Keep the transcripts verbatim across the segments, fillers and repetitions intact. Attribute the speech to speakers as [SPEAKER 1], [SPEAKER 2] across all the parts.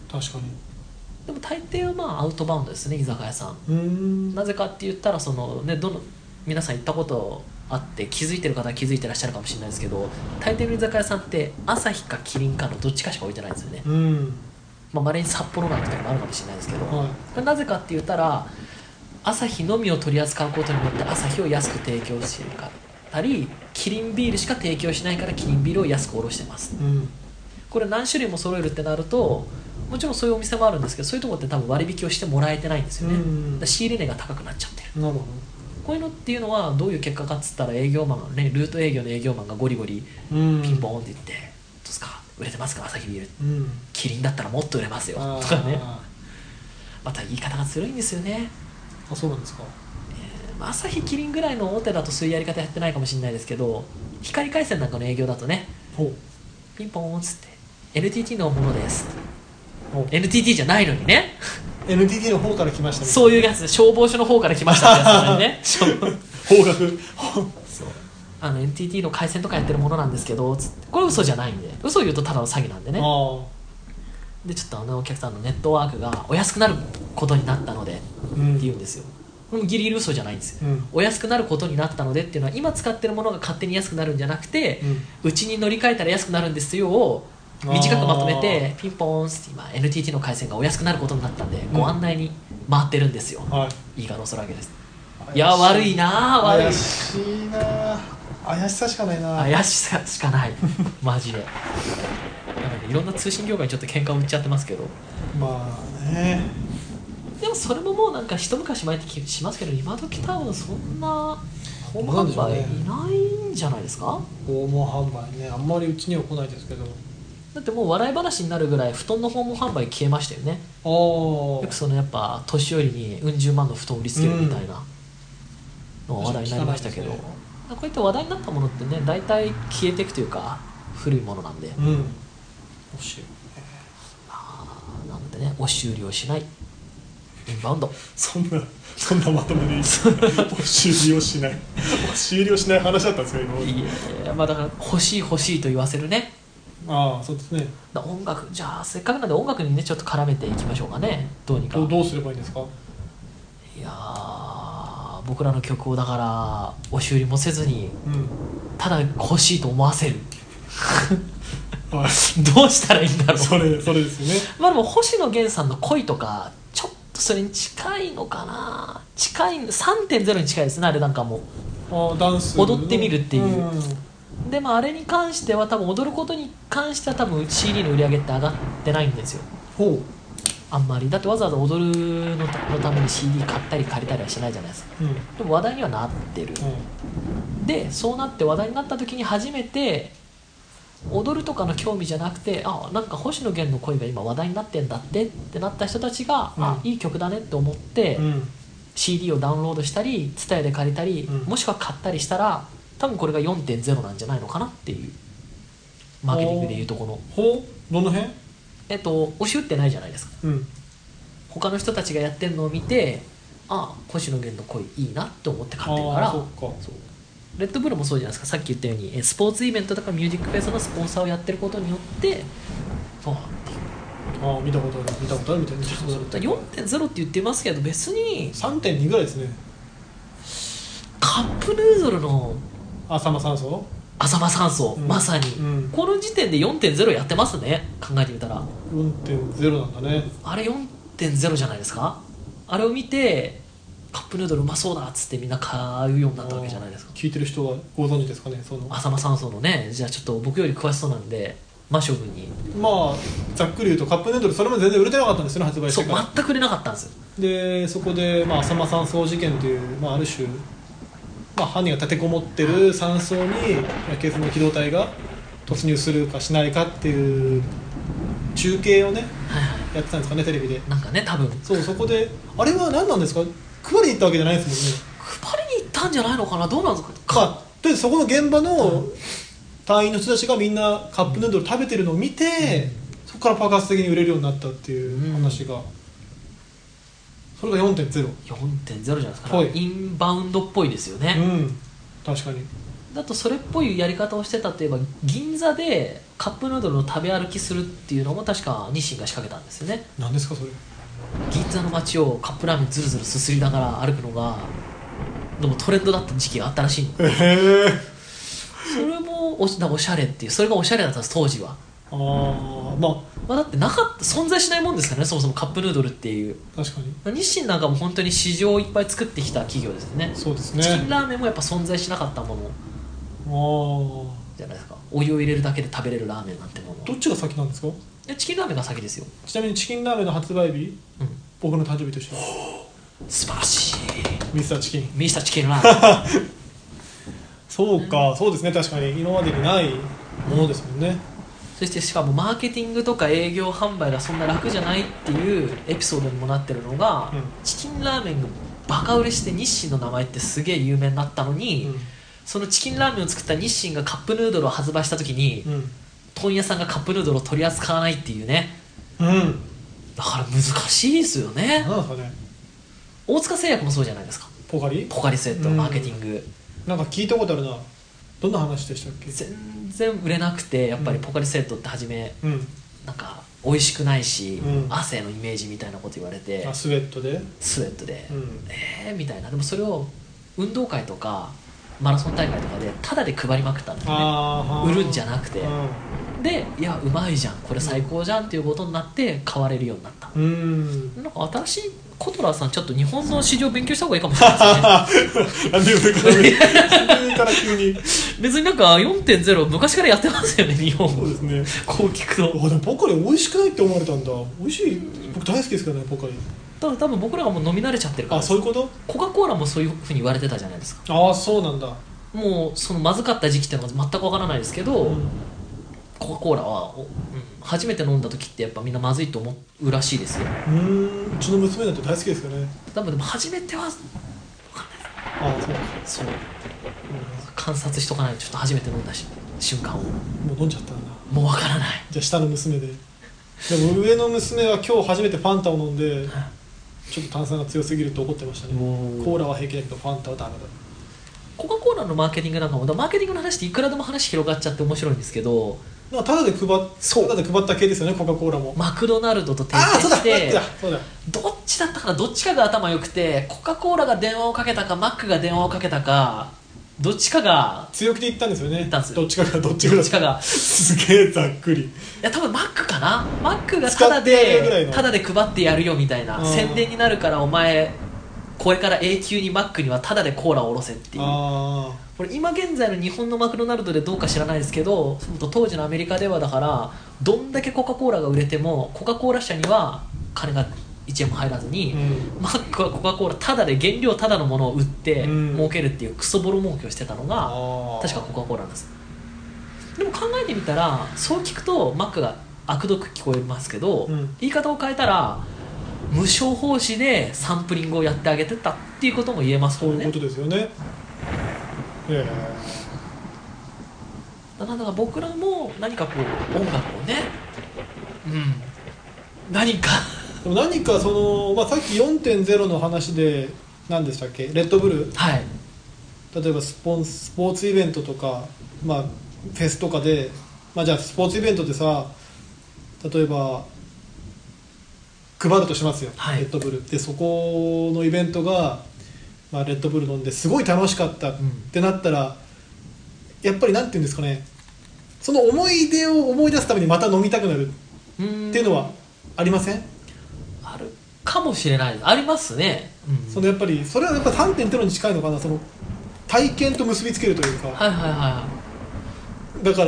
[SPEAKER 1] 確かに。
[SPEAKER 2] でも大抵はまあアウトバウンドですね、居酒屋さん。
[SPEAKER 1] うーん。
[SPEAKER 2] なぜかって言ったらその、ね、どの皆さん行ったことあって気づいてる方は気づいてらっしゃるかもしれないですけど、大抵の居酒屋さんって朝日かキリンかのどっちかしか置いてないんですよね。
[SPEAKER 1] うん。
[SPEAKER 2] まあ、稀に札幌なんてとこもあるかもしれないですけど、
[SPEAKER 1] はい。
[SPEAKER 2] これなぜかって言ったら朝日のみを取り扱うことによって朝日を安く提供してるかったり、キリンビールしか提供しないからキリンビールを安く卸してます。
[SPEAKER 1] うん。
[SPEAKER 2] これ何種類も揃えるってなると、もちろんそういうお店もあるんですけど、そういうところって多分割引をしてもらえてないんですよね。
[SPEAKER 1] うん。
[SPEAKER 2] だから仕入れ値が高くなっちゃってる。
[SPEAKER 1] なるほど。
[SPEAKER 2] こういうのっていうのはどういう結果かっつったら、営業マンがね、ルート営業の営業マンがゴリゴリ
[SPEAKER 1] うん。
[SPEAKER 2] ピンポーンって言って「どうですか、売れてますか朝日ビール」
[SPEAKER 1] うん。
[SPEAKER 2] キリンだったらもっと売れますよ
[SPEAKER 1] あ
[SPEAKER 2] とかね。
[SPEAKER 1] あ。
[SPEAKER 2] また言い方が強いんですよね。
[SPEAKER 1] あ、そうなんですか。
[SPEAKER 2] えーまあ、朝日キリンぐらいの大手だとそういうやり方やってないかもしれないですけど、光回線なんかの営業だとね、
[SPEAKER 1] ほう。
[SPEAKER 2] ピンポーンっつって「エヌティーティー のものです」
[SPEAKER 1] ほう。
[SPEAKER 2] エヌティーティー じゃないのにね
[SPEAKER 1] エヌティーティー の方から来ましたね。
[SPEAKER 2] そういうやつ、消防署の方から来ましたってやつなのにね
[SPEAKER 1] 方角。
[SPEAKER 2] そうあの エヌティーティー の回線とかやってるものなんですけどつってこれ嘘じゃないんで、嘘を言うとただの詐欺なんでね。
[SPEAKER 1] あ
[SPEAKER 2] でちょっとあのお客さんのネットワークがお安くなることになったのでって
[SPEAKER 1] あ。うん。
[SPEAKER 2] 言うんですよ。これもギリギリ嘘じゃないんですよ、
[SPEAKER 1] うん。
[SPEAKER 2] お安くなることになったのでっていうのは、今使ってるものが勝手に安くなるんじゃなくて、
[SPEAKER 1] うん。
[SPEAKER 2] うちに乗り換えたら安くなるんですよを短くまとめて、ピンポーンって今 エヌティーティー の回線がお安くなることになったんで、
[SPEAKER 1] ん
[SPEAKER 2] ご案内に回ってるんですよ、
[SPEAKER 1] はい。
[SPEAKER 2] いいかの空げです。いや悪いな悪い
[SPEAKER 1] 怪しいな。怪しさしかないな。
[SPEAKER 2] 怪しさしかないマジで。なのでいろんな通信業界にちょっと喧嘩を売っちゃってますけど、
[SPEAKER 1] まあね。
[SPEAKER 2] でもそれももうなんか一昔前って気しますけど、今時多分そんなホーム販売いないんじゃないですか。
[SPEAKER 1] 訪問販売ね、あんまりうちには来ないですけど。
[SPEAKER 2] だってもう笑い話になるぐらい布団の訪問販売消えましたよね。
[SPEAKER 1] ああ。
[SPEAKER 2] よくそのやっぱ年寄りにうん十万の布団売りつけるみたいなのが話題になりましたけど、
[SPEAKER 1] うん、
[SPEAKER 2] こういった話題になったものってね、大体消えていくというか古いものなんで、
[SPEAKER 1] うん。欲しい。
[SPEAKER 2] あなんでね、押し売りをしないインバウンド。
[SPEAKER 1] そんなそんなまとめでいい押し売りをしない押し売りをしない話だったんですか今。
[SPEAKER 2] いやまあだから欲しい欲しいと言わせるね。
[SPEAKER 1] ああ、そうですね。
[SPEAKER 2] だ音楽、じゃあせっかくなんで音楽にねちょっと絡めていきましょうかね。どうにか。
[SPEAKER 1] どうどうすればいいんですか。
[SPEAKER 2] いやー僕らの曲をだから押し売りもせずに、
[SPEAKER 1] うん。
[SPEAKER 2] ただ欲しいと思わせる
[SPEAKER 1] はい。
[SPEAKER 2] どうしたらいいんだろう。
[SPEAKER 1] それそれですよね。
[SPEAKER 2] まあでも星野源さんの恋とかちょっとそれに近いのかな。近い さんてんゼロ に近いですね、あれなんかも
[SPEAKER 1] ああ、ダンス
[SPEAKER 2] 踊ってみるっていう、
[SPEAKER 1] うん、
[SPEAKER 2] でもあれに関しては多分踊ることに関しては多分 シーディー の売り上げって上がってないんですよ、
[SPEAKER 1] ほ
[SPEAKER 2] あんまり。だってわざわざ踊るのたのために シーディー 買ったり借りたりはしないじゃないですか。
[SPEAKER 1] う。うん。
[SPEAKER 2] でも話題にはなってる、
[SPEAKER 1] うん。
[SPEAKER 2] でそうなって話題になった時に初めて踊るとかの興味じゃなくて、あなんか星野源の恋が今話題になってんだってってなった人たちが、
[SPEAKER 1] うん、
[SPEAKER 2] あいい曲だねって思って、
[SPEAKER 1] うん、
[SPEAKER 2] シーディー をダウンロードしたり ツタヤ で借りたり、
[SPEAKER 1] うん、
[SPEAKER 2] もしくは買ったりしたら多分これが よんてんゼロ なんじゃないのかなっていう、マーケティングでいうとこの
[SPEAKER 1] ほうどの辺。
[SPEAKER 2] えっと押し売ってないじゃないですか。
[SPEAKER 1] うん。
[SPEAKER 2] 他の人たちがやってるのを見て、あ星野源の恋いいなって思って買ってるから。
[SPEAKER 1] あそっか。
[SPEAKER 2] そうレッドブルもそうじゃないですか。さっき言ったようにえスポーツイベントとかミュージックフェスのスポンサーをやってることによってそうっていう。
[SPEAKER 1] ああ、見たことある見たことあるみたいな。
[SPEAKER 2] そうそうだ よんてんゼロ って言ってますけど、別に
[SPEAKER 1] さんてんに ぐらいですね。
[SPEAKER 2] カップヌードルの
[SPEAKER 1] 浅間山荘。
[SPEAKER 2] 浅間山荘、
[SPEAKER 1] うん、
[SPEAKER 2] まさに、
[SPEAKER 1] うん、
[SPEAKER 2] この時点で よんてんゼロ やってますね、考えてみたら。
[SPEAKER 1] よんてんゼロ なんだね。
[SPEAKER 2] あれ よんてんゼロ じゃないですか。あれを見てカップヌードルうまそうだっつってみんな買うようになったわけじゃないですか。
[SPEAKER 1] 聞いてる人はご存知ですかね、その
[SPEAKER 2] 浅間山荘のね。じゃあちょっと僕より詳しそうなんで魔将軍に。
[SPEAKER 1] まあざっくり言うとカップヌードルそれまで全然売れてなかったんですよね、発売してから。
[SPEAKER 2] そう全く売れなかったんですよ。
[SPEAKER 1] でそこで、まあ、浅間山荘事件という、まあ、ある種、まあ、犯人が立てこもってる山荘に警察の機動隊が突入するかしないかっていう中継をね、
[SPEAKER 2] はいはい、
[SPEAKER 1] やってたんですかね、テレビで。
[SPEAKER 2] なんかね、多分
[SPEAKER 1] そう、そこであれは何なんですか、配りに行ったわけじゃないですもんね。
[SPEAKER 2] 配りに行ったんじゃないのかな、どうなんですか。
[SPEAKER 1] まあ、とりあえずそこの現場の隊員の人たちがみんなカップヌードル食べてるのを見て、うん、そこから爆発的に売れるようになったっていう話が、うん、それが よんてんゼロ。
[SPEAKER 2] よんてんゼロ じゃないですか、インバウンドっぽいですよね。
[SPEAKER 1] うん、確かに。
[SPEAKER 2] だとそれっぽいやり方をしてたといえば銀座でカップヌードルの食べ歩きするっていうのも確か日清が仕掛けたんですよね。
[SPEAKER 1] 何ですかそれ。
[SPEAKER 2] 銀座の街をカップラーメンずるずるすすりながら歩くのがでもトレンドだった時期があったらしいの。
[SPEAKER 1] へえ。
[SPEAKER 2] それもおしおしゃれっていう、それがおしゃれだったんです当時は。
[SPEAKER 1] ああ、まあ
[SPEAKER 2] まあ、だってなかった存在しないもんですからね、そもそもカップヌードルっていう。
[SPEAKER 1] 確かに
[SPEAKER 2] 日清なんかも本当に市場をいっぱい作ってきた企業ですよね。
[SPEAKER 1] そうですね。
[SPEAKER 2] チキンラーメンもやっぱ存在しなかったもの
[SPEAKER 1] ああ、
[SPEAKER 2] じゃないですか。お湯を入れるだけで食べれるラーメンなんてもの。
[SPEAKER 1] どっちが先なんですか。
[SPEAKER 2] でチキンラーメンが先ですよ。
[SPEAKER 1] ちなみにチキンラーメンの発売日、
[SPEAKER 2] うん、
[SPEAKER 1] 僕の誕生日としては
[SPEAKER 2] 素晴らしい。
[SPEAKER 1] ミスターチキン。
[SPEAKER 2] ミスターチキンラーメン
[SPEAKER 1] そうか、そうですね、確かに今までにないものですもんね。
[SPEAKER 2] そしてしかもマーケティングとか営業販売がそんな楽じゃないっていうエピソードにもなってるのが、
[SPEAKER 1] うん、
[SPEAKER 2] チキンラーメンがバカ売れして日清の名前ってすげえ有名になったのに、うん、そのチキンラーメンを作った日清がカップヌードルを発売した時に、うん、問屋さんがカップヌードルを取り扱わないっていうね、うん、だから難しいですよね。
[SPEAKER 1] なんですかね。
[SPEAKER 2] 大塚製薬もそうじゃないですか。
[SPEAKER 1] ポカリ
[SPEAKER 2] ポカリスエット、うん、マーケティング
[SPEAKER 1] なんか聞いたことあるな。どんな話でしたっけ。
[SPEAKER 2] 全然売れなくて、やっぱりポカリスエットって初め、うん、なんか美味しくないし、うん、汗のイメージみたいなこと言われて、
[SPEAKER 1] あスウェットで
[SPEAKER 2] スウェットで、うん、えーみたいな。でもそれを運動会とかマラソン大会とかでタダで配りまくったんだよね。売るんじゃなくて、うん、でいやうまいじゃんこれ最高じゃんっていうことになって買われるようになった。うん、なんか新しいコトラーさんちょっと日本の市場勉強した方がいいかもしれないですね。なんで上から上から急に別になんか よんてんゼロ 昔からやってますよね日本。
[SPEAKER 1] そうですね。
[SPEAKER 2] こう聞くと
[SPEAKER 1] あでもポカリ美味しくないって思われたんだ。美味しい。僕大好きですからねポカリ。
[SPEAKER 2] ただ多分僕らがもう飲み慣れちゃってるから。
[SPEAKER 1] あそういうこと。コ
[SPEAKER 2] カ・コーラもそういうふうに言われてたじゃないですか。
[SPEAKER 1] ああそうなんだ。
[SPEAKER 2] もうそのまずかった時期っていうのが全くわからないですけど、うん、コカ・コーラは、うん、初めて飲んだ時ってやっぱみんなまずいと思うらしいですよ。
[SPEAKER 1] うーんうちの娘だって大好きですからね。
[SPEAKER 2] 多分でも初めては分かんないです。ああそうそう、うん、観察しとかないとちょっと初めて飲んだし瞬間をも
[SPEAKER 1] う飲んじゃったんだ。
[SPEAKER 2] もう分からない。
[SPEAKER 1] じゃあ下の娘で。でも上の娘は今日初めてファンタを飲んでちょっと炭酸が強すぎると怒ってましたね。コーラは平気だけどファンタはダメだ。
[SPEAKER 2] コカ・コーラのマーケティングなんかもマーケティングの話っていくらでも話広がっちゃって面白いんですけど、
[SPEAKER 1] ただで配っそうただで配った系ですよねコカ・コーラも。
[SPEAKER 2] マクドナルドと提携して
[SPEAKER 1] そうだ
[SPEAKER 2] どっちだったかな、どっちかが頭良くてコカ・コーラが電話をかけたかマックが電話をかけたかどっちかが
[SPEAKER 1] 強気で言ったんですよね。
[SPEAKER 2] 言ったんですよ。
[SPEAKER 1] どっちかがどっちかが
[SPEAKER 2] どっちかが
[SPEAKER 1] すげえざっくり。い
[SPEAKER 2] や多分マックかな。マックがタダでタダで配ってやるよみたいな宣伝になるからお前これから永久にマックにはタダでコーラをおろせっていう。あこれ今現在の日本のマクドナルドでどうか知らないですけど、当時のアメリカではだからどんだけコカ・コーラが売れてもコカ・コーラ社には金がいちえんも入らずに、うん、マックはコカ・コーラタダで原料タダのものを売って儲けるっていうクソボロ儲けをしてたのが、うん、確かコカ・コーラなんです。でも考えてみたらそう聞くとマックが悪毒聞こえますけど、うん、言い方を変えたら無償奉仕でサンプリングをやってあげてたっていうことも言えますからね。
[SPEAKER 1] そういうことですよね。え
[SPEAKER 2] ー、だから僕らも何かこう音楽をね、うん、何か
[SPEAKER 1] でも何かその、まあ、さっき よんてんゼロ の話で何でしたっけ、レッドブル、
[SPEAKER 2] はい、
[SPEAKER 1] 例えばスポンスポーツイベントとか、まあ、フェスとかで、まあ、じゃあスポーツイベントでさ例えば配るとしますよ、はい、レッドブルでそこのイベントが、まあ、レッドブル飲んですごい楽しかったってなったら、うん、やっぱりなんていうんですかね、その思い出を思い出すためにまた飲みたくなるっていうのはありません？
[SPEAKER 2] あるかもしれないです。ありますね、
[SPEAKER 1] うん、そのやっぱりそれはやっぱ さんてんゼロ に近いのかな、その体験と結びつけるというか、
[SPEAKER 2] はいはいはい、
[SPEAKER 1] だから、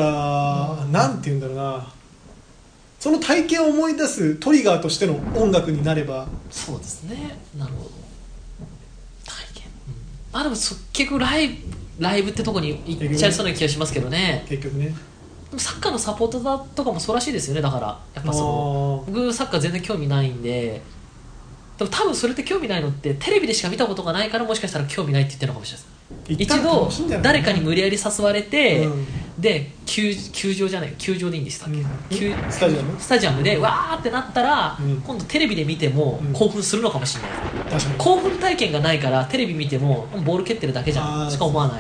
[SPEAKER 1] うん、なんていうんだろうな、その体験を思い出すトリガーとしての音楽になれば。
[SPEAKER 2] そうですね、なるほど、体験、うん、あでも結局ライブライブってとこに行っちゃいそうな気がしますけどね、
[SPEAKER 1] 結局ね。
[SPEAKER 2] でもサッカーのサポートだとかもそうらしいですよね。だからやっぱその僕サッカー全然興味ないんで、でも多分それって興味ないのってテレビでしか見たことがないから、もしかしたら興味ないって言ってるのかもしれないです。一度誰かに無理やり誘われて、うん、で 球, 球場じゃない球場でいいんでしたっけ、うん、
[SPEAKER 1] スタジアム
[SPEAKER 2] スタジアムでわーってなったら、うん、今度テレビで見ても興奮するのかもしれない、うん、興奮体験がないからテレビ見てもボール蹴ってるだけじゃんしか思わない。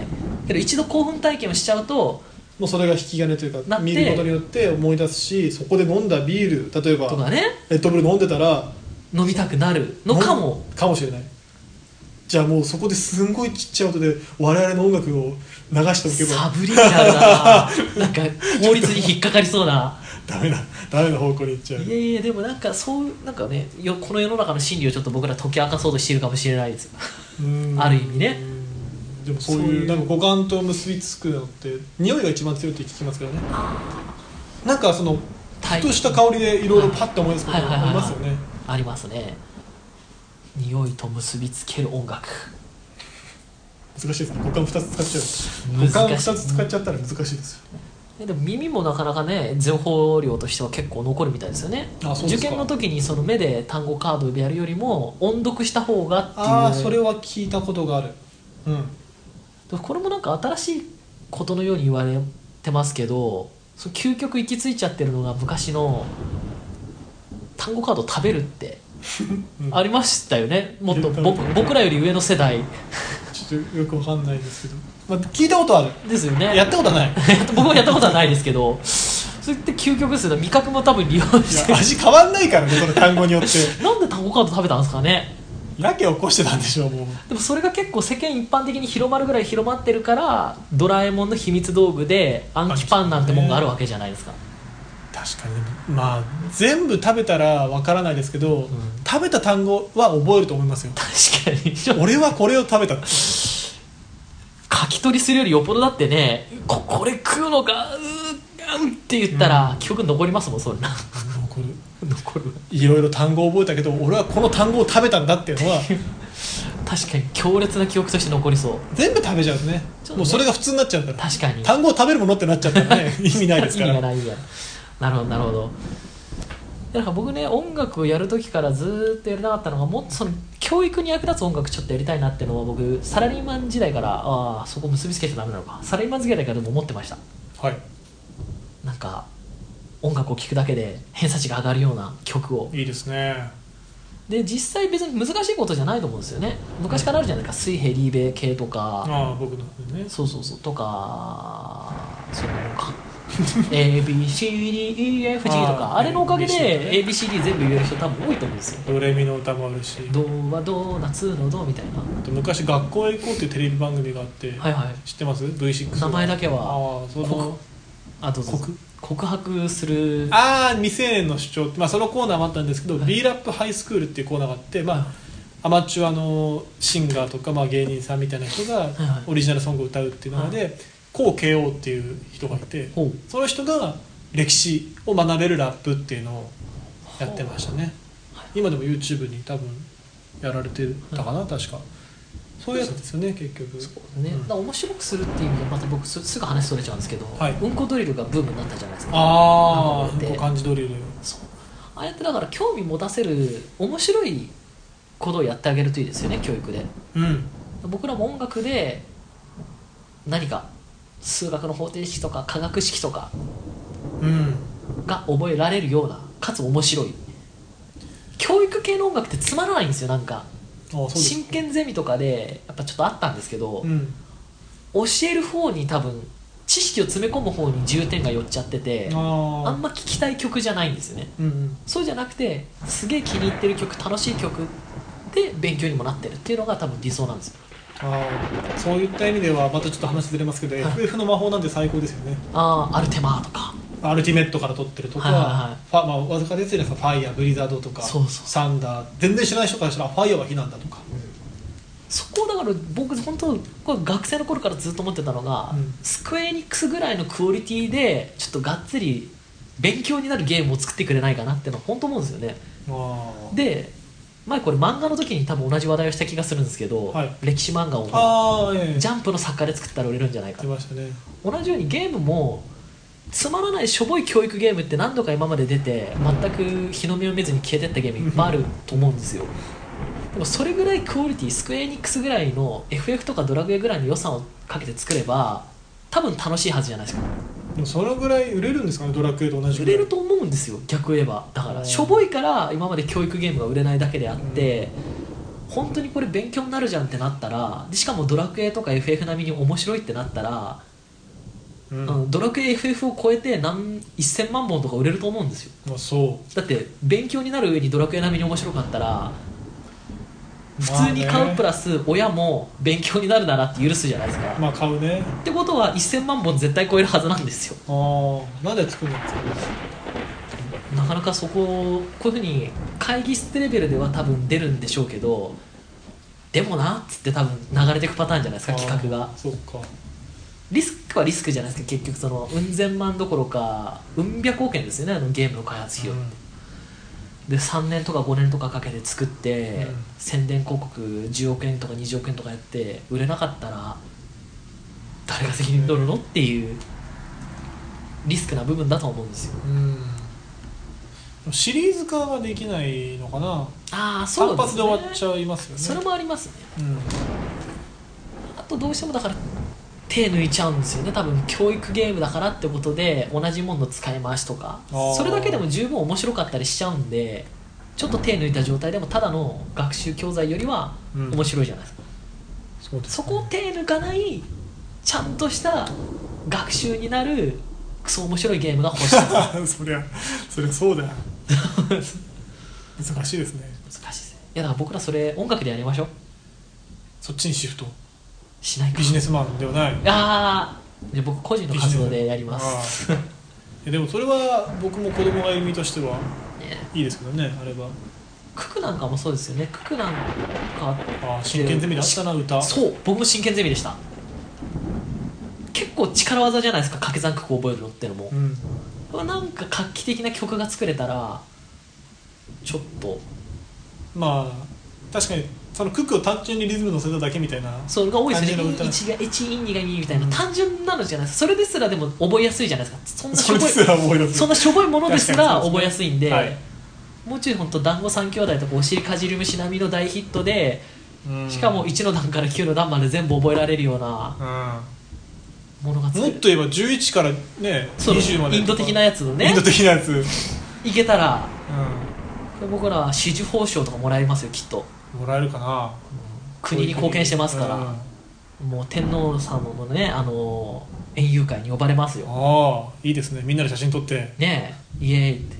[SPEAKER 2] けど一度興奮体験をしちゃうと
[SPEAKER 1] もうそれが引き金というか見ることによって思い出すし、そこで飲んだビール例えば
[SPEAKER 2] とかね、
[SPEAKER 1] レッドブル飲んでたら
[SPEAKER 2] 飲みたくなるのかも
[SPEAKER 1] かもしれない。じゃあもうそこですんごいちっちゃい音で我々の音楽を流しておけば
[SPEAKER 2] サブリミナルだななんか法律に引っかかりそうな
[SPEAKER 1] ダメなダメな方向に行っちゃう。
[SPEAKER 2] いやいやでもなんかそうなんかねよこの世の中の真理をちょっと僕ら解き明かそうとしているかもしれないですよある意味ね。
[SPEAKER 1] でもそういうなんか五感と結びつくのって匂いが一番強いって聞きますからね。なんかそのふとした香りでいろいろパッと思い出すことありますよね。
[SPEAKER 2] ありますね。匂いと結びつける音楽
[SPEAKER 1] 難しいですね。五感ふたつ使っちゃう。五感ふたつ使っちゃったら難しいですよ。
[SPEAKER 2] でも耳もなかなかね情報量としては結構残るみたいですよね。
[SPEAKER 1] あ、そうですか。
[SPEAKER 2] 受験の時にその目で単語カードでやるよりも音読した方がっていう。
[SPEAKER 1] ああ、それは聞いたことがある。うん。
[SPEAKER 2] これもなんか新しいことのように言われてますけど、その究極行き着いちゃってるのが昔の単語カード食べるってありましたよね。もっと僕僕らより上の世代
[SPEAKER 1] ちょっとよくわかんないですけど、まあ、聞いたことある
[SPEAKER 2] ですよね。
[SPEAKER 1] やったことはない
[SPEAKER 2] 僕もやったことはないですけどそれって究極ですよ。味覚も多分利用して
[SPEAKER 1] 味変わんないからねこの単語によって
[SPEAKER 2] なんで単語カード食べたんですかね。
[SPEAKER 1] やけ起こしてたんでしょう。もう
[SPEAKER 2] でもそれが結構世間一般的に広まるぐらい広まってるからドラえもんの秘密道具で暗記パンなんてもんがあるわけじゃないですか。
[SPEAKER 1] 確かにまあ全部食べたらわからないですけど、うん、食べた単語は覚えると思いますよ。
[SPEAKER 2] 確かに
[SPEAKER 1] 俺はこれを食べた
[SPEAKER 2] 書き取りするよりよっぽどだってね こ, これ食うのかうーんって言ったら、うん、記憶残りますもん。それな
[SPEAKER 1] 残る
[SPEAKER 2] 残る
[SPEAKER 1] いろいろ単語を覚えたけど俺はこの単語を食べたんだっていうのは
[SPEAKER 2] 確かに強烈な記憶として残りそう。
[SPEAKER 1] 全部食べちゃうと ね, ねもうそれが普通になっちゃうから。
[SPEAKER 2] 確かに
[SPEAKER 1] 単語を食べるものってなっちゃったらね意味ないですから。
[SPEAKER 2] 意味がないや。なるほどなるほど。なんか僕ね音楽をやる時からずっとやりたかったのがもっとその教育に役立つ音楽ちょっとやりたいなっていうのは僕サラリーマン時代からああそこ結びつけちゃダメなのかサラリーマン時代からでも思ってました。
[SPEAKER 1] はい。
[SPEAKER 2] なんか音楽を聴くだけで偏差値が上がるような曲を。
[SPEAKER 1] いいですね。
[SPEAKER 2] で実際別に難しいことじゃないと思うんですよね。昔からあるじゃないですか水平リーベ系とか。
[SPEAKER 1] ああ僕のね。
[SPEAKER 2] そうそうそうとかそのかエービーシーディーイーエフジー とか あ, あれのおかげで エービーシーディー 全部言える人多分多いと思うんですよ。
[SPEAKER 1] ドレミの歌もあるし
[SPEAKER 2] ドはドーナツのドみたいな。
[SPEAKER 1] 昔学校へ行こうっていうテレビ番組があって、
[SPEAKER 2] はいはい、
[SPEAKER 1] 知ってます ブイシックス
[SPEAKER 2] 名前だけは
[SPEAKER 1] あその
[SPEAKER 2] あと告白する
[SPEAKER 1] ああ未成年の主張、まあ、そのコーナーもあったんですけど、はい、B ラップハイスクールっていうコーナーがあって、まあ、アマチュアのシンガーとか、まあ、芸人さんみたいな人がオリジナルソングを歌うっていうので、はいはいコウケイオーっていう人がいて、その人が歴史を学べるラップっていうのをやってましたね。今でも YouTube に多分やられてたかな、確かそういうやつですよね結局。
[SPEAKER 2] そうね、うん、だ面白くするっていう意味でまた僕 す, すぐ話それちゃうんですけど、
[SPEAKER 1] はい、
[SPEAKER 2] うんこドリルがブームになったじゃないですか。
[SPEAKER 1] ああうんこ漢字ドリル。
[SPEAKER 2] そうああやってだから興味持たせる面白いことをやってあげるといいですよね教育で、
[SPEAKER 1] うん、
[SPEAKER 2] 僕らも音楽で何か数学の方程式とか化学式とかが覚えられるようなかつ面白い教育系の音楽ってつまらないんですよ。なんか真剣ゼミとかでやっぱちょっとあったんですけど、うん、教える方に多分知識を詰め込む方に重点が寄っちゃってて あ, あんま聴きたい曲じゃないんですよね、うんうん、そうじゃなくてすげえ気に入ってる曲楽しい曲で勉強にもなってるっていうのが多分理想なんですよ。
[SPEAKER 1] あそういった意味ではまたちょっと話ずれますけど、はい、エフエフ の魔法なんて最高ですよね。
[SPEAKER 2] あアルテマーとか
[SPEAKER 1] アルティメットから撮ってるとか、はいはいはい、ファまあ、わずかですよね。ファイヤーブリザードとか
[SPEAKER 2] そうそう
[SPEAKER 1] サンダー全然知らない人からしたらファイヤーは火なんだとか、うん、
[SPEAKER 2] そこだから僕本当これ学生の頃からずっと思ってたのが、うん、スクエニックスぐらいのクオリティでちょっとがっつり勉強になるゲームを作ってくれないかなってのは本当思うんですよね。あで前これ漫画の時に多分同じ話題をした気がするんですけど、はい、歴史漫画を
[SPEAKER 1] あ、ええ、
[SPEAKER 2] ジャンプの作家で作ったら売れるんじゃないか、
[SPEAKER 1] ましたね、
[SPEAKER 2] 同じようにゲームもつまらないしょぼい教育ゲームって何度か今まで出て全く日の目を見ずに消えてったゲームいっぱいあると思うんですよでもそれぐらいクオリティスクエアエニックスぐらいの エフエフ とかドラクエぐらいの予算をかけて作れば多分楽しいはずじゃないですか。
[SPEAKER 1] でもそのぐらい売れるんですかね。ドラクエと同じ
[SPEAKER 2] ぐらい売れると思うんですよ逆を言えば。だからしょぼいから今まで教育ゲームが売れないだけであって、 本当にこれ勉強になるじゃんってなったら、でしかもドラクエとか エフエフ 並みに面白いってなったら、うん、ドラクエ エフエフ を超えて何せんまんぼんとか売れると思うんですよ。
[SPEAKER 1] まあ、そう
[SPEAKER 2] だって勉強になる上にドラクエ並みに面白かったら普通に買うプラス親も勉強になるならって許すじゃないですか。
[SPEAKER 1] まあ買うね。
[SPEAKER 2] ってことはせんまんぼん絶対超えるはずなんですよ。
[SPEAKER 1] ああ、なんで作るんですか。
[SPEAKER 2] なかなかそここういうふうに会議室レベルでは多分出るんでしょうけど、でもなっつって多分流れていくパターンじゃないですか、企画が。
[SPEAKER 1] そうか。
[SPEAKER 2] リスクはリスクじゃないですか。結局そのうん千万どころかうん百億円ですよね、あのゲームの開発費用って、うん、でさんねんとかごねんとかかけて作って、うん、宣伝広告じゅうおくえんとかにじゅうおくえんとかやって売れなかったら誰が責任取るのっていうリスクな部分だと思うんですよ。
[SPEAKER 1] うんシリーズ化ができないのかな。
[SPEAKER 2] ああ、そうですね。
[SPEAKER 1] 単発で終わっちゃいますよね。
[SPEAKER 2] それもありますね、
[SPEAKER 1] うん、
[SPEAKER 2] あとどうしてもだから手抜いちゃうんですよね。多分教育ゲームだからってことで同じものの使い回しとかそれだけでも十分面白かったりしちゃうんで、ちょっと手抜いた状態でもただの学習教材よりは面白いじゃないですか、うん、そうですね。そこを手抜かないちゃんとした学習になるクソ面白いゲームが欲しい
[SPEAKER 1] そりゃそりゃそうだ難しいですね。
[SPEAKER 2] 難しいですね。いやだから僕らそれ音楽でやりましょう。
[SPEAKER 1] そっちにシフト
[SPEAKER 2] しないか。
[SPEAKER 1] ビジネスマンではない。
[SPEAKER 2] ああ、じゃあ僕個人の活動でやります
[SPEAKER 1] でもそれは僕も子供がいる身としてはいいですけどね、あれば。
[SPEAKER 2] ククなんかもそうですよね。ククなんか
[SPEAKER 1] あ真剣ゼミであったな、歌。
[SPEAKER 2] そう、僕も真剣ゼミでした。結構力技じゃないですか、掛け算九九覚えるのってのも、うん、なんか画期的な曲が作れたらちょっと
[SPEAKER 1] まあ確かにそのクックを単純にリズム乗せただけみたいな、
[SPEAKER 2] それが多いですよね。いちがいち、にがにみたいな、うん、単純なのじゃないですか。それですらでも覚えやすいじゃないですか。そんなしょぼいそんなしょぼいものですら覚えやすいんで、はい、もうちょい本当団子三兄弟とかお尻かじり虫並みの大ヒットで、うん、しかもいちの段からきゅうの段まで全部覚えられるような、うん、ものが作れる。
[SPEAKER 1] もっと言えばじゅういちからねにじゅうまで
[SPEAKER 2] インド的なやつのね、
[SPEAKER 1] インド的なやつ
[SPEAKER 2] いけたら、うん、僕らは紫綬褒章とかもらえますよ、きっと。
[SPEAKER 1] もらえるかな、うん、
[SPEAKER 2] 国に貢献してますから、うん、もう天皇様のね、あのー、園遊会に呼ばれますよ。
[SPEAKER 1] ああ、いいですね。みんなで写真撮って
[SPEAKER 2] ねえ、イエーイって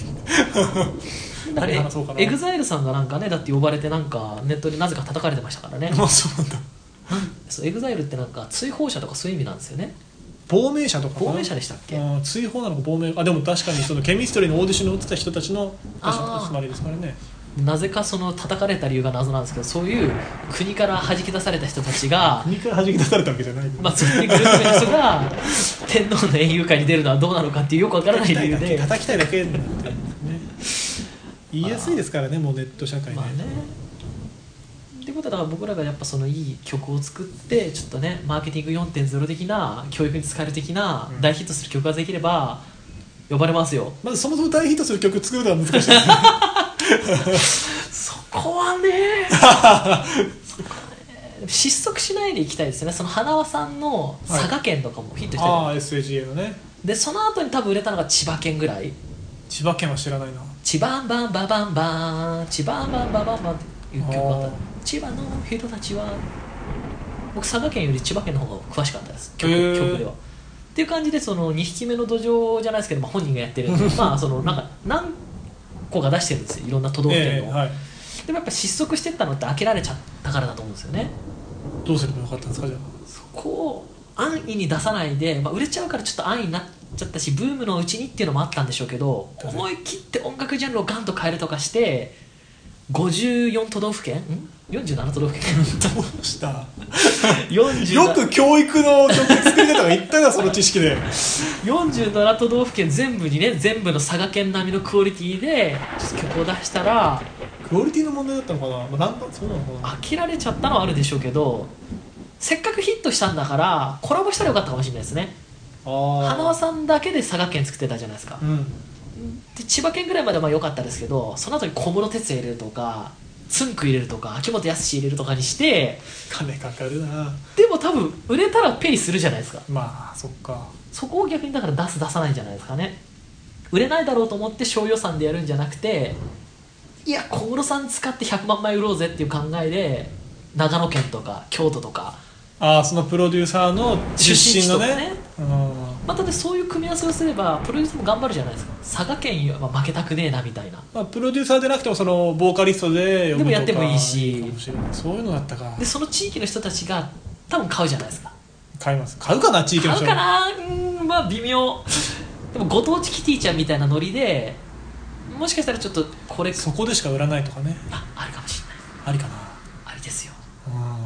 [SPEAKER 2] あれエグザイルさんがなんかね、だって呼ばれてなんかネットでなぜか叩かれてましたからね。
[SPEAKER 1] あ、そうなんだ。
[SPEAKER 2] そう、エグザイルってなんか追放者とかそういう意味なんですよね。
[SPEAKER 1] 亡命者とか
[SPEAKER 2] 亡命者でしたっけ。
[SPEAKER 1] あ、追放なのか亡命。あ、でも確かにそのケミストリーのオーディションに落ちた人たちの集まりですからね。
[SPEAKER 2] なぜかその叩かれた理由が謎なんですけど、そういう国から弾き出された人たちが
[SPEAKER 1] 国から弾き出されたわけじゃない、
[SPEAKER 2] まあ、そういうグループの人が天皇の園遊会に出るのはどうなのかっていうよくわからない理由で
[SPEAKER 1] 叩きたいだけなんて、ね、言いやすいですからね、もうネット社会で、まあね。
[SPEAKER 2] ってことはだから僕らがやっぱそのいい曲を作ってちょっとね、マーケティング よんてんゼロ 的な教育に使える的な大ヒットする曲ができれば呼ばれますよ。
[SPEAKER 1] まずそもそも大ヒットする曲作るのは難しいですね
[SPEAKER 2] そこはね失速しないでいきたいですね。その花輪さんの佐賀県とかもヒットしてる、
[SPEAKER 1] はい、ああ エスエージーエー のね。
[SPEAKER 2] でその後に多分売れたのが千葉県ぐらい。
[SPEAKER 1] 千葉県は知らないな。
[SPEAKER 2] 千葉バンババンバン千葉バンババンバンっていう曲があった。千葉の人たちは、僕佐賀県より千葉県の方が詳しかったです、曲, 曲では。っていう感じで、そのにひきめの土壌じゃないですけど、まあ、本人がやってるまあそのなんか何個か出してるんですよ、いろんな都道府県の、えーはい、でもやっぱ失速してったのって飽きられちゃったからだと思うんですよね。
[SPEAKER 1] どうすればよかったんですか。じゃあ
[SPEAKER 2] そこを安易に出さないで、まあ、売れちゃうからちょっと安易になっちゃったし、ブームのうちにっていうのもあったんでしょうけど、思い切って音楽ジャンルをガンと変えるとかしてごじゅうよん都道府県んよんじゅうなな都道府県
[SPEAKER 1] どうした
[SPEAKER 2] よ
[SPEAKER 1] く教育の曲作り方が言ったなその知識で
[SPEAKER 2] よんじゅうなな都道府県全部にね、全部の佐賀県並みのクオリティで曲を出したら、
[SPEAKER 1] クオリティの問題だったのかな、まあ、なんかそうなのかな。
[SPEAKER 2] 飽きられちゃったのはあるでしょうけど、せっかくヒットしたんだからコラボしたらよかったかもしれないですね。花輪さんだけで佐賀県作ってたじゃないですか、うん、で千葉県ぐらいまではまあ良かったですけど、その後に小室哲哉入れるとかつんく入れるとか秋元康入れるとかにして、
[SPEAKER 1] 金かかるな。
[SPEAKER 2] でも多分売れたらペリするじゃないですか。
[SPEAKER 1] まあそっか。
[SPEAKER 2] そこを逆にだから出す出さないんじゃないですかね。売れないだろうと思って小予算でやるんじゃなくて、 いや小室さん使ってひゃくまんまい売ろうぜっていう考えで長野県とか京都とか
[SPEAKER 1] ああそのプロデューサーの出身のね、
[SPEAKER 2] ね、またでそういう組み合わせをすればプロデューサーも頑張るじゃないですか。佐賀県は負けたくねえなみたいな、
[SPEAKER 1] まあ、プロデューサーでなくてもそのボーカリストで
[SPEAKER 2] でもやってもいいし、
[SPEAKER 1] そういうのだったか。
[SPEAKER 2] でその地域の人たちが多分買うじゃないですか。
[SPEAKER 1] 買います。買うかな地域の人。
[SPEAKER 2] 買うかな、うんまあ微妙でもご当地キティちゃんみたいなノリでもしかしたらちょっとこれ
[SPEAKER 1] そこでしか売らないとかね。
[SPEAKER 2] ああるかもしれない。
[SPEAKER 1] ありかな。
[SPEAKER 2] ありですよ。
[SPEAKER 1] うん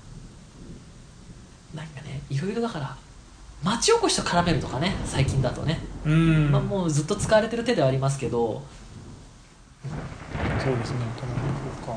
[SPEAKER 2] なんかねいろいろだから町おこしと絡めるとかね最近だとね、
[SPEAKER 1] うん
[SPEAKER 2] まあ、もうずっと使われてる手ではありますけど、
[SPEAKER 1] そうですね。ただそうか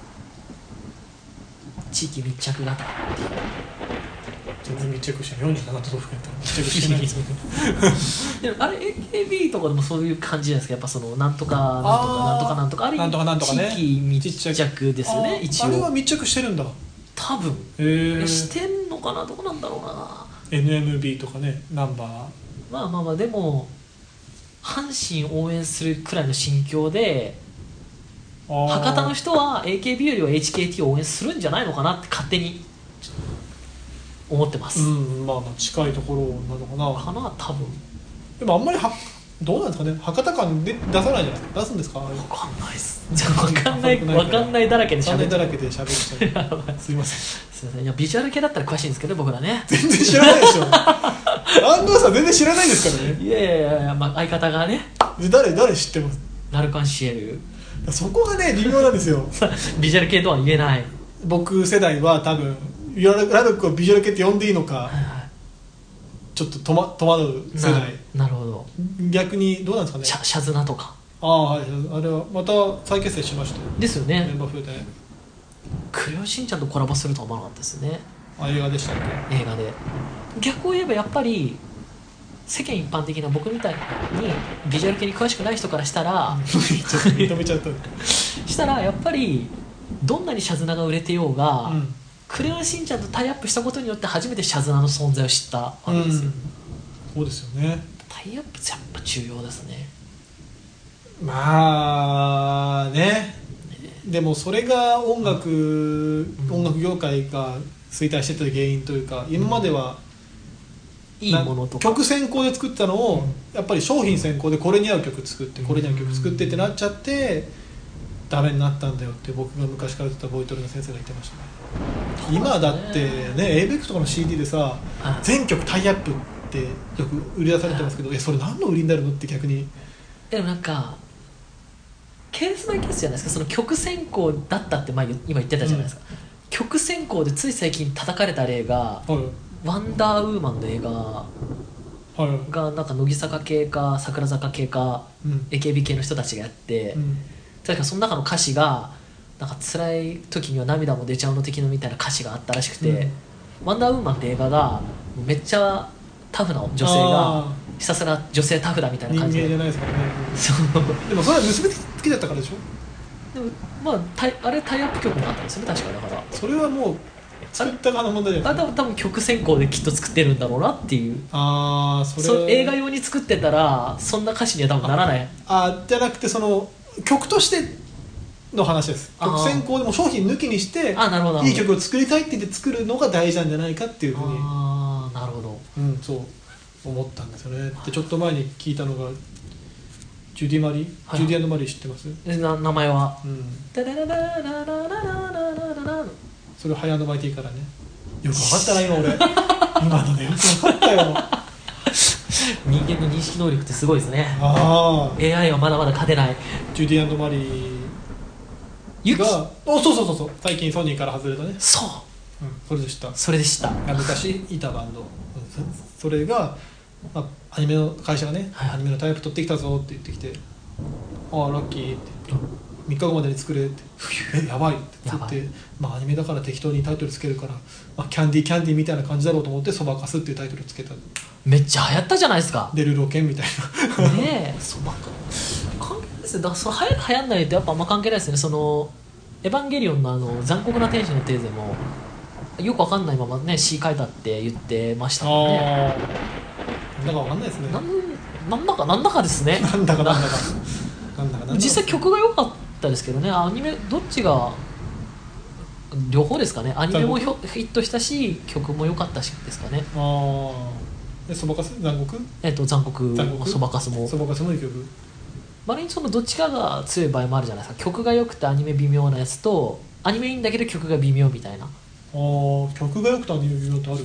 [SPEAKER 2] 地域密着型っていう
[SPEAKER 1] 全然密着してないよんじゅうなな都道府県やったら密着してないですけど
[SPEAKER 2] でもあれ エーケービー とかでもそういう感じじゃないですか。やっぱそのなんとかなんとかなんとかなんとかあれ
[SPEAKER 1] なんとかなんとかね
[SPEAKER 2] 地域密着ですよね一応。
[SPEAKER 1] あれは密着してるんだ。
[SPEAKER 2] 多分
[SPEAKER 1] へえ
[SPEAKER 2] してんのかな。どこなんだろうな。
[SPEAKER 1] エヌエムビー とかねナンバー
[SPEAKER 2] まあまあまあでも阪神応援するくらいの心境で博多の人は エーケービー よりは エイチケーティー を応援するんじゃないのかなって勝手に思ってます。
[SPEAKER 1] うんまあまあ近いところなのかな。
[SPEAKER 2] かな多分。
[SPEAKER 1] でもあんまりはどうなんですかね。博多感で出さないじゃない出すんですか。
[SPEAKER 2] 分かんないっす。じゃあ分かんない分かんないだらけで喋っ
[SPEAKER 1] だらけで喋っちゃうすいません
[SPEAKER 2] すいません。いやビジュアル系だったら詳しいんですけど僕らね
[SPEAKER 1] 全然知らないでしょ安藤さん全然知らないですからね。
[SPEAKER 2] いやいやいやいや、まあ、相方がね
[SPEAKER 1] で誰誰知ってます。
[SPEAKER 2] ナルカンシエル
[SPEAKER 1] そこがね微妙なんですよ
[SPEAKER 2] ビジュアル系とは言えない。
[SPEAKER 1] 僕世代は多分ラルクをビジュアル系って呼んでいいのか、はいはい、ちょっと戸惑う世代。
[SPEAKER 2] な, なるほど。
[SPEAKER 1] 逆にどうなんですかね。
[SPEAKER 2] シャシャズナとか。
[SPEAKER 1] ああはい。あれはまた再結成しましたよ
[SPEAKER 2] ですよね。
[SPEAKER 1] メンバー増えてね。
[SPEAKER 2] クレヨンしんちゃんとコラボするとは思わなかったですね。
[SPEAKER 1] あ映画でしたっけ。
[SPEAKER 2] 映画で逆を言えばやっぱり世間一般的な僕みたいにビジュアル系に詳しくない人からしたら
[SPEAKER 1] ちょっと認めちゃった
[SPEAKER 2] したらやっぱりどんなにシャズナが売れてようが、うん、クレヨンしんちゃんとタイアップしたことによって初めてシャズナの存在を知ったわけですよ、うん、
[SPEAKER 1] そうですよね。
[SPEAKER 2] タイアップってやっぱ重要ですね。
[SPEAKER 1] まあねでもそれが音楽、うん、音楽業界が衰退してた原因というか今までは、
[SPEAKER 2] うん、いいものとか
[SPEAKER 1] 曲先行で作ったのを、うん、やっぱり商品先行でこれに合う曲作ってこれに合う曲作ってってなっちゃってダメになったんだよって僕が昔から言ってたボイトレの先生が言ってましたね。今だってね エーベックス とかの シーディー でさ全曲タイアップってよく売り出されてますけどえそれ何の売りになるのって逆に。
[SPEAKER 2] でもなんかケースバイケースじゃないですか。その曲先行だったって前今言ってたじゃないですか、うん、曲先行でつい最近叩かれた例が、はい、ワンダーウーマンの映画がなんか乃木坂系か桜坂系か、うん、エーケービー 系の人たちがやって、うん、確かその中の歌詞がなんか辛い時には涙も出ちゃうの的のみたいな歌詞があったらしくて、うん、ワンダーウーマンって映画がめっちゃタフな女性がひたすら女性タフだみたいな感じで
[SPEAKER 1] 人間じゃないですからねそうでもそれは結びつきだったからでしょ。
[SPEAKER 2] でもまあタイあれタイアップ曲もあったんですよね確か。だから
[SPEAKER 1] それはもう作った側の問題じゃないですか。
[SPEAKER 2] あ多分曲先行できっと作ってるんだろうなっていう。
[SPEAKER 1] あそれ
[SPEAKER 2] そ映画用に作ってたらそんな歌詞には多分ならない。
[SPEAKER 1] ああじゃなくてその曲としての話です。曲先行でも商品抜きにしていい曲を作りたいって言って作るのが大事なんじゃないかっていうふうに。
[SPEAKER 2] ああなるほど。
[SPEAKER 1] うんそう思ったんですよね。でちょっと前に聞いたのがジュディ・マリー、はい、ジュディ&マリー知ってます？
[SPEAKER 2] な名前は、うん、
[SPEAKER 1] それを早のマイティからねよく分かったな今俺今のでよく分かったよ
[SPEAKER 2] 人間の認識能力ってすごいですね。
[SPEAKER 1] あ
[SPEAKER 2] エーアイ はまだまだ勝てない。
[SPEAKER 1] ジュディ&マリーがおそうそうそうそう最近ソニーから外れたね。
[SPEAKER 2] そう、
[SPEAKER 1] うん、それでした
[SPEAKER 2] それでした
[SPEAKER 1] 昔いたバンド、うん、それがまあ、アニメの会社がね、はい、アニメのタイプ取ってきたぞって言ってきてああラッキーって言ってみっかごまでに作れってえやばいって言って、まあ、アニメだから適当にタイトルつけるから、まあ、キャンディーキャンディーみたいな感じだろうと思ってそばかすっていうタイトルつけた。
[SPEAKER 2] めっちゃ流行ったじゃないですか。
[SPEAKER 1] 出るロケンみたいな
[SPEAKER 2] ねえそばか関係ないですね。だからその流行流行んないとやっぱあんま関係ないですね。そのエヴァンゲリオンのあの残酷な天使のテーゼもよくわかんないままね詩書いたって言ってましたもんね。
[SPEAKER 1] なんだかわかんないですね。
[SPEAKER 2] なんなんだかなんだかですね
[SPEAKER 1] なんだかなんだかなんだかなんだか
[SPEAKER 2] 実際曲が良かっったですけどね。アニメどっちが両方ですかね。アニメもヒットしたし曲も良かったしですかね。
[SPEAKER 1] ああ、そばかす残酷
[SPEAKER 2] えっと残酷そばかすも
[SPEAKER 1] そばかすもいい曲。
[SPEAKER 2] まれにそのどっちかが強い場合もあるじゃないですか。曲が良くてアニメ微妙なやつとアニメいいんだけど曲が微妙みたいな。あ
[SPEAKER 1] あ、曲が良くてアニメ微妙ってある？う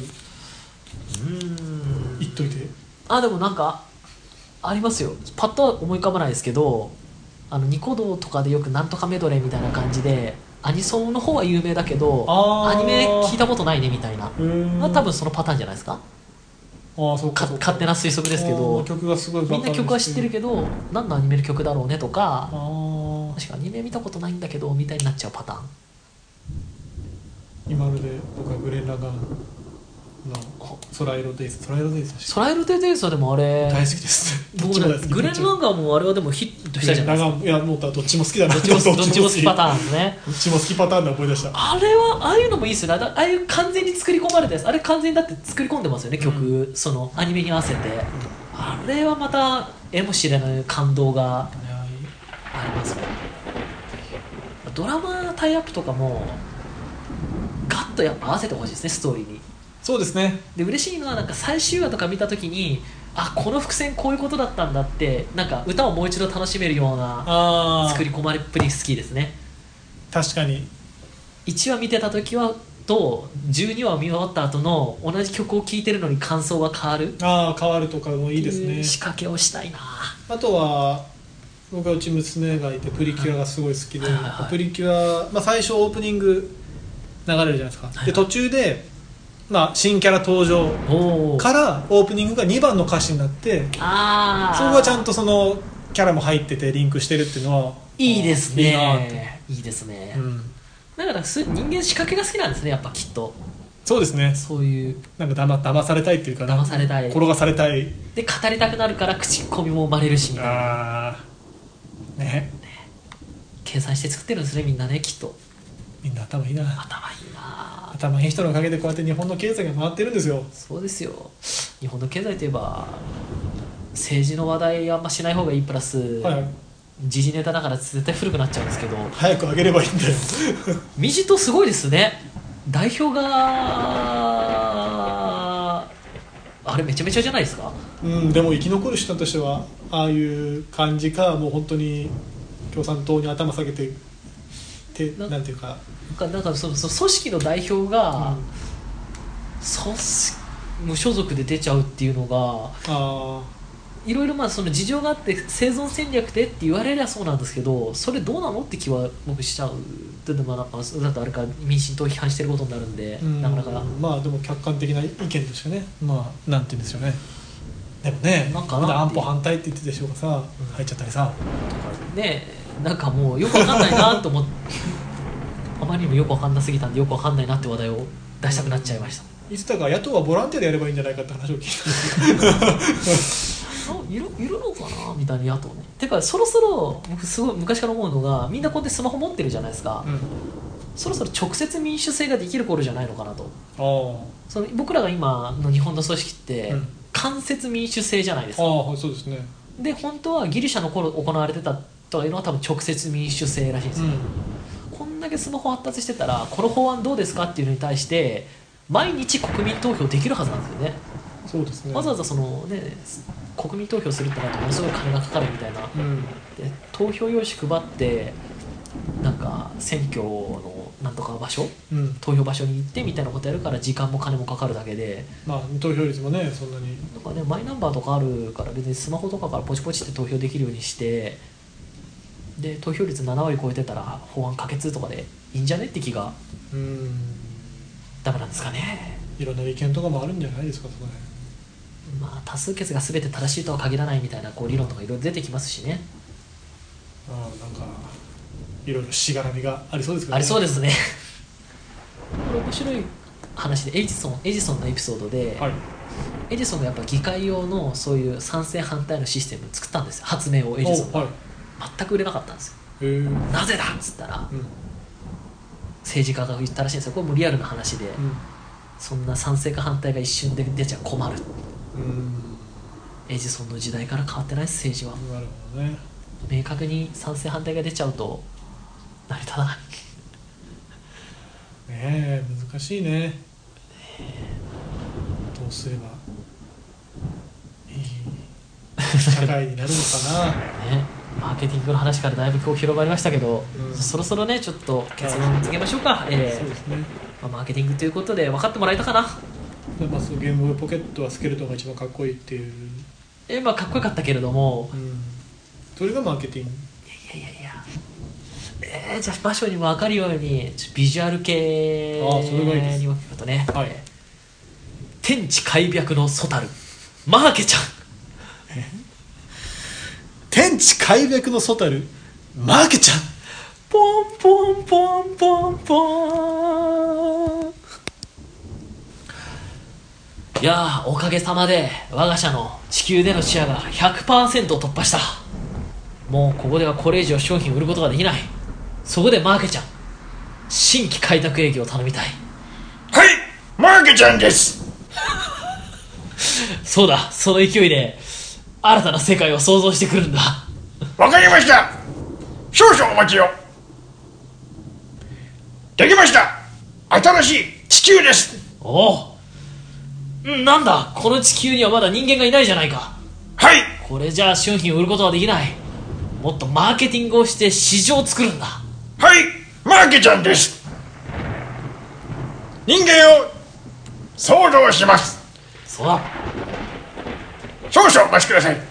[SPEAKER 2] ーん
[SPEAKER 1] 言っといて。
[SPEAKER 2] あでもなんかありますよ。パッとは思い浮かばないですけど、あのニコ動とかでよくなんとかメドレーみたいな感じでアニソンの方は有名だけどアニメ聞いたことないねみたいな、多分そのパターンじゃないですか。
[SPEAKER 1] ああ、そうかそうか。
[SPEAKER 2] 勝手な推測ですけど、
[SPEAKER 1] 曲がすごい
[SPEAKER 2] みんな曲は知ってるけど何のアニメの曲だろうねとか、
[SPEAKER 1] あ
[SPEAKER 2] 確かアニメ見たことないんだけどみたいになっちゃうパターン。
[SPEAKER 1] 今ので僕はグレン・ラガンの空色デイズ、空色デイズだし、
[SPEAKER 2] 空色デイズはでもあれ
[SPEAKER 1] 大好きです
[SPEAKER 2] 僕ねグレン・ラガンもあれはでもヒットしたじゃないですか。
[SPEAKER 1] いやもうどっちも好きだな。
[SPEAKER 2] どっちもどっちも好きパターンですね。
[SPEAKER 1] どっちも好きパターンで思い出した。
[SPEAKER 2] あれはああいうのもいいですよね。ああいう完全に作り込まれたやつ、あれ完全にだって作り込んでますよね曲、うん、そのアニメに合わせて、うん、あれはまたえも知れない感動がありますね。ドラマタイアップとかもガッとやっぱ合わせてほしいですね、ストーリーに。
[SPEAKER 1] そうですね。
[SPEAKER 2] で嬉しいのはなんか最終話とか見た時にあこの伏線こういうことだったんだってなんか歌をもう一度楽しめるような作り込まれっぷり好きですね。
[SPEAKER 1] 確かに
[SPEAKER 2] いちわ見てた時はとじゅうにわを見終わった後の同じ曲を聴いてるのに感想が変わる
[SPEAKER 1] ああ変わるとかもいいですね。
[SPEAKER 2] 仕掛けをしたいな。
[SPEAKER 1] あとは僕はうち娘がいてプリキュアがすごい好きで、はいはいはい、プリキュア、まあ、最初オープニング流れるじゃないですか、はいはい、で途中で、まあ、新キャラ登場からオープニングがにばんの歌詞になって、
[SPEAKER 2] あ
[SPEAKER 1] そこがちゃんとそのキャラも入っててリンクしてるっていうのはい
[SPEAKER 2] いですね。いいですね、うん、だから人間仕掛けが好きなんですねやっぱきっと。
[SPEAKER 1] そうですね。
[SPEAKER 2] そういう
[SPEAKER 1] なんか騙騙されたいっていうかな、
[SPEAKER 2] 騙されたい、
[SPEAKER 1] 転がされたい
[SPEAKER 2] で語りたくなるから口コミも生まれるしみたいな。
[SPEAKER 1] あー、ね、ね、
[SPEAKER 2] 計算して作ってるんですねみんなねきっと。
[SPEAKER 1] みんな頭いいな。
[SPEAKER 2] 頭いいな。
[SPEAKER 1] 頭いい人のおかげでこうやって日本の経済が回ってるんですよ。
[SPEAKER 2] そうですよ。日本の経済といえば政治の話題あんましない方がいいプラス、はい、時事ネタだから絶対古くなっちゃうんですけど
[SPEAKER 1] 早く上げればいいんだよ。
[SPEAKER 2] ミジトすごいですね。代表があれめちゃめちゃじゃないですか。
[SPEAKER 1] うん、でも生き残る人としてはああいう感じか、もう本当に共産党に頭下げててな、なんていうか
[SPEAKER 2] なんかそのその組織の代表が、うん、そ無所属で出ちゃうっていうのが
[SPEAKER 1] あ
[SPEAKER 2] いろいろまあその事情があって生存戦略でって言われりゃそうなんですけど、それどうなのって気は僕しちゃう。でもまあだとあれか民進党を批判してることになるんで、うん、なかなか
[SPEAKER 1] まあでも客観的な意見としてね、まあなんて言うんですよね。でもね、なんかまだ安保反対って言ってたでしょうがさ、うん、入っちゃったりさとか
[SPEAKER 2] ね、なんかもうよくわかんないなと思ってあまりにもよくわかんなすぎたんでよくわかんないなって話題を出したくなっちゃいました。
[SPEAKER 1] いつだか野党はボランティアでやればいいんじゃないかって話を聞いたんです
[SPEAKER 2] いる, いるのかなみたいな野党ね。てかそろそろ僕すごい昔から思うのがみんなこうやってスマホ持ってるじゃないですか、うん、そろそろ直接民主制ができる頃じゃないのかなと。その僕らが今の日本の組織って、うん、間接民主制じゃないですか。
[SPEAKER 1] あ、そうですね。
[SPEAKER 2] で本当はギリシャの頃行われてたというのは多分直接民主制らしいんですよ、うん、こんだけスマホ発達してたらこの法案どうですかっていうのに対して毎日国民投票できるはずなんですよね。
[SPEAKER 1] そうですね。
[SPEAKER 2] わざわざその、ね、国民投票するってなるとものすごい金がかかるみたいな、うん、で投票用紙配ってなんか選挙のなんとか場所、うん、投票場所に行ってみたいなことやるから時間も金もかかるだけで、
[SPEAKER 1] まあ、投票率もねそんなに
[SPEAKER 2] なんか、ね、マイナンバーとかあるから別にスマホとかからポチポチって投票できるようにしてで投票率ななわり超えてたら法案可決とかでいいんじゃねって気がうーんダメなんですかね。
[SPEAKER 1] いろんな意見とかもあるんじゃないですかそこね。
[SPEAKER 2] まあ、多数決が全て正しいとは限らないみたいなこう理論とかいろいろ出てきますしね。
[SPEAKER 1] ああ、なんかいろいろしがらみがありそうですけどね。
[SPEAKER 2] ありそうですねこれ面白い話でエジソンエジソンのエピソードで、はい、エジソンがやっぱ議会用のそういう賛成反対のシステムを作ったんですよ。発明をエジソンが、はい、全く売れなかったんですよ。へなぜだっつったら、うん、政治家が言ったらしいんですよ。これもリアルな話で、うん、そんな賛成か反対が一瞬で出ちゃ困る。うんエジソンの時代から変わってないです政治は。
[SPEAKER 1] なるほどね。
[SPEAKER 2] 明確に賛成反対が出ちゃうと成田だね
[SPEAKER 1] え難しいね。どうすればいい社会になるのかな
[SPEAKER 2] ね、マーケティングの話からだいぶ今日広がりましたけど、うん、そろそろねちょっと結論つけましょうか。えー、そうですね、まあ、マーケティングということで分かってもらえたかな。
[SPEAKER 1] まあ、そのゲームボーイポケットはスケルトンが一番かっこいいっていう、
[SPEAKER 2] えまあかっこよかったけれども、
[SPEAKER 1] うん、それがマーケティング。
[SPEAKER 2] いやいやいや、えー、じゃあ場所にも分かるようにビジュアル系に分けるとね、はい、天地開闢のソタルマーケちゃん
[SPEAKER 1] 天地開闢のソタルマーケちゃん
[SPEAKER 2] ポンポンポンポンポン。いやーおかげさまで我が社の地球でのシェアが ひゃくパーセント 突破した。もうここではこれ以上商品を売ることができない。そこでマーケちゃん新規開拓営業を頼みたい。
[SPEAKER 3] はい、マーケちゃんです
[SPEAKER 2] そうだ、その勢いで新たな世界を創造してくるんだ。
[SPEAKER 3] わかりました、少々お待ちを。できました、新しい地球です。
[SPEAKER 2] おお、なんだこの地球にはまだ人間がいないじゃないか。
[SPEAKER 3] はい、
[SPEAKER 2] これじゃあ商品を売ることはできない。もっとマーケティングをして市場を作るんだ。
[SPEAKER 3] はい、マーケちゃんです。人間を創造します。
[SPEAKER 2] そうだ、
[SPEAKER 3] 少々お待ちください。うん、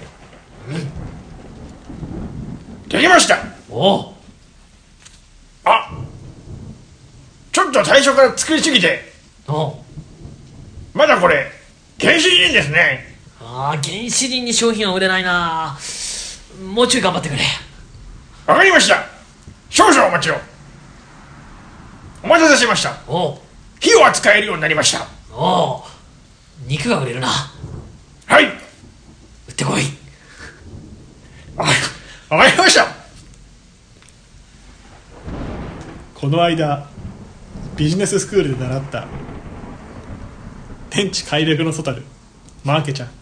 [SPEAKER 3] できました。
[SPEAKER 2] おお、
[SPEAKER 3] あ、ちょっと最初から作りすぎて、
[SPEAKER 2] お
[SPEAKER 3] まだこれ原始人ですね。
[SPEAKER 2] ああ、原始人に商品は売れないな。もうちょい頑張ってくれ。
[SPEAKER 3] わかりました、少々お待ちを。お待たせしました。
[SPEAKER 2] お
[SPEAKER 3] 火を扱えるようになりました。
[SPEAKER 2] おお、肉が売れるな。
[SPEAKER 3] はい、
[SPEAKER 2] 売ってこい。
[SPEAKER 3] わかりました。
[SPEAKER 1] この間ビジネススクールで習った天地開闢のソタルマーケちゃん、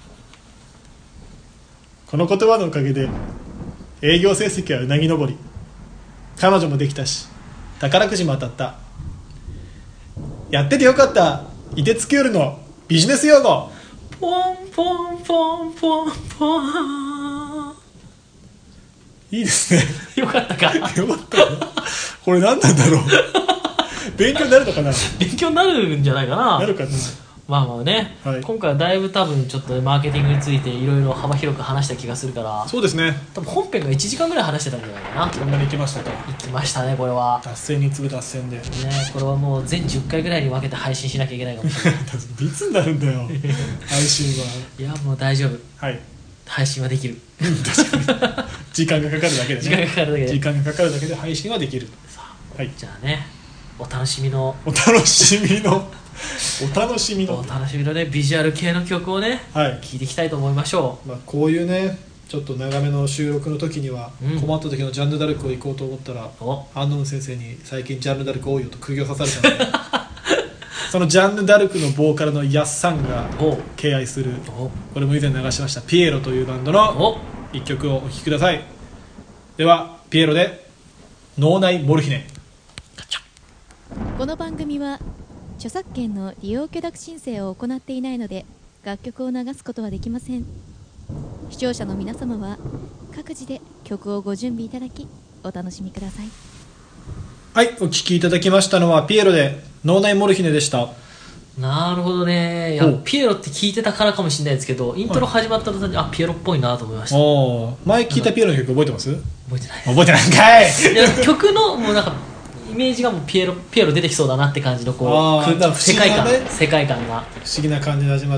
[SPEAKER 1] この言葉のおかげで営業成績はうなぎ登り、彼女もできたし宝くじも当たった。やっててよかった、イテツクールのビジネス用語。
[SPEAKER 2] ポンポンポンポンポン。
[SPEAKER 1] いいですね
[SPEAKER 2] よかったかよか
[SPEAKER 1] ったこれ何なんだろう勉強になるのかな。
[SPEAKER 2] 勉強になるんじゃないかな。
[SPEAKER 1] なるかな。
[SPEAKER 2] まあまあね、はい、今回はだいぶ多分ちょっとマーケティングについていろいろ幅広く話した気がするから。
[SPEAKER 1] そうですね、
[SPEAKER 2] 多分本編がいちじかんぐらい話してたんじゃないかな。
[SPEAKER 1] そんなにいきましたか。
[SPEAKER 2] いきましたね、これは。
[SPEAKER 1] 脱線に次ぐ脱線でね、
[SPEAKER 2] これはもう全じゅっかいぐらいに分けて配信しなきゃいけないかもしれない
[SPEAKER 1] いつになるんだよ配信は。
[SPEAKER 2] いやもう大丈夫、
[SPEAKER 1] はい、
[SPEAKER 2] 配信はできる
[SPEAKER 1] 確かに時間がかかるだけでね、
[SPEAKER 2] 時間がかかるだけで
[SPEAKER 1] 時間がかかるだけで配信はできる。
[SPEAKER 2] さあ、はい、じゃあね、お楽しみの
[SPEAKER 1] お楽しみのお楽しみの
[SPEAKER 2] お楽しみのね、ビジュアル系の曲をね、はい、聴いていきたいと思いましょう。
[SPEAKER 1] まあ、こういうねちょっと長めの収録の時には、うん、困った時のジャンヌ・ダルクを行こうと思ったら、アンノン先生に最近ジャンヌ・ダルク多いよと釘を刺されたのでそのジャンヌ・ダルクのボーカルのヤッサンが敬愛する、これも以前流しましたピエロというバンドの一曲をお聴きください。ではピエロで脳内モルヒネ。
[SPEAKER 4] この番組は著作権の利用許諾申請を行っていないので楽曲を流すことはできません。視聴者の皆様は各自で曲をご準備いただきお楽しみください。
[SPEAKER 1] はい、お聴きいただきましたのはピエロで脳内モルヒネでした。
[SPEAKER 2] なるほどね。いやピエロって聞いてたからかもしれないですけど、イントロ始まった途端に、はい、あピエロっぽいなと思いました。
[SPEAKER 1] お前聞いたピエロの曲覚えてます？
[SPEAKER 2] 覚えてない。
[SPEAKER 1] 覚えてないんかい。
[SPEAKER 2] いや曲のもうなんかイメージがもうピエロピエロ出てきそうだなって感じのこう空気、世界観、ね、世界観が
[SPEAKER 1] 不思議な感じで始まって、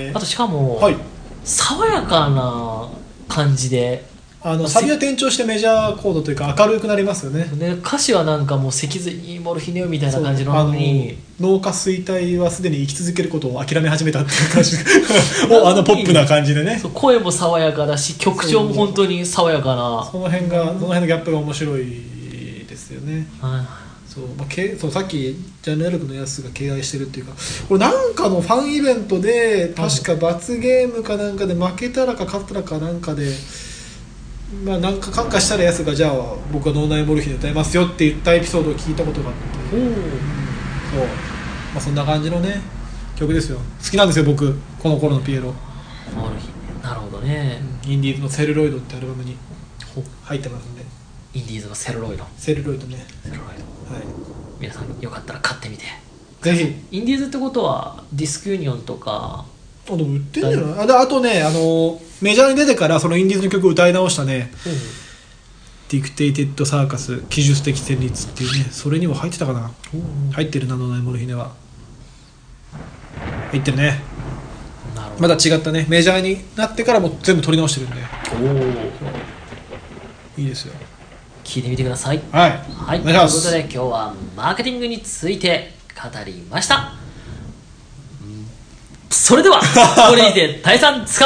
[SPEAKER 2] あとしかも、
[SPEAKER 1] はい、
[SPEAKER 2] 爽やかな感じで、
[SPEAKER 1] あのサビは転調してメジャーコードというか明るくなりますよね。
[SPEAKER 2] で歌詞はなんかもう脊髄にモルヒネみたいな感じののに、
[SPEAKER 1] 脳下垂体はすでに生き続けることを諦め始めたっていう感じあのポップな感じでね。
[SPEAKER 2] そう声も爽やかだし曲調も本当に爽やかな、
[SPEAKER 1] その辺がその辺のギャップが面白いですよね。はい、そうまあ、けそうさっきジャンヌ・ダルクのやつが敬愛してるっていうか、これなんかのファンイベントで確か罰ゲームかなんかで負けたらか勝ったらかなんかでまあ、なんか感化したらやつがじゃあ僕は脳内モルヒネ歌いますよって言ったエピソードを聞いたことがあって
[SPEAKER 2] おお、
[SPEAKER 1] そう、まあ、そんな感じのね曲ですよ。好きなんですよ僕この頃のピエロ。
[SPEAKER 2] モルヒネ、なるほどね、
[SPEAKER 1] うん、インディーズのセルロイドってアルバムに入ってますんで。
[SPEAKER 2] インディーズのセルロイド、
[SPEAKER 1] セルロイドね、
[SPEAKER 2] セルロイド、
[SPEAKER 1] はい、
[SPEAKER 2] 皆さんよかったら買ってみて
[SPEAKER 1] ぜひ。
[SPEAKER 2] インディーズってことはディスクユニオンとか。
[SPEAKER 1] あでも売ってんじゃない。あであとね、あのメジャーに出てからそのインディーズの曲を歌い直したね、
[SPEAKER 2] うん、
[SPEAKER 1] ディクテイテッドサーカス記述的旋律っていうね、それにも入ってたかな、入ってるな、脳内モルヒネは入ってるね。
[SPEAKER 2] なるほど。
[SPEAKER 1] まだ違ったね、メジャーになってからも全部取り直してるんで
[SPEAKER 2] おお、
[SPEAKER 1] いいですよ。
[SPEAKER 2] 聞いてみてください。
[SPEAKER 1] はい、
[SPEAKER 2] はい、
[SPEAKER 1] お願いします。
[SPEAKER 2] ということで今日はマーケティングについて語りました。それではこれにて退散。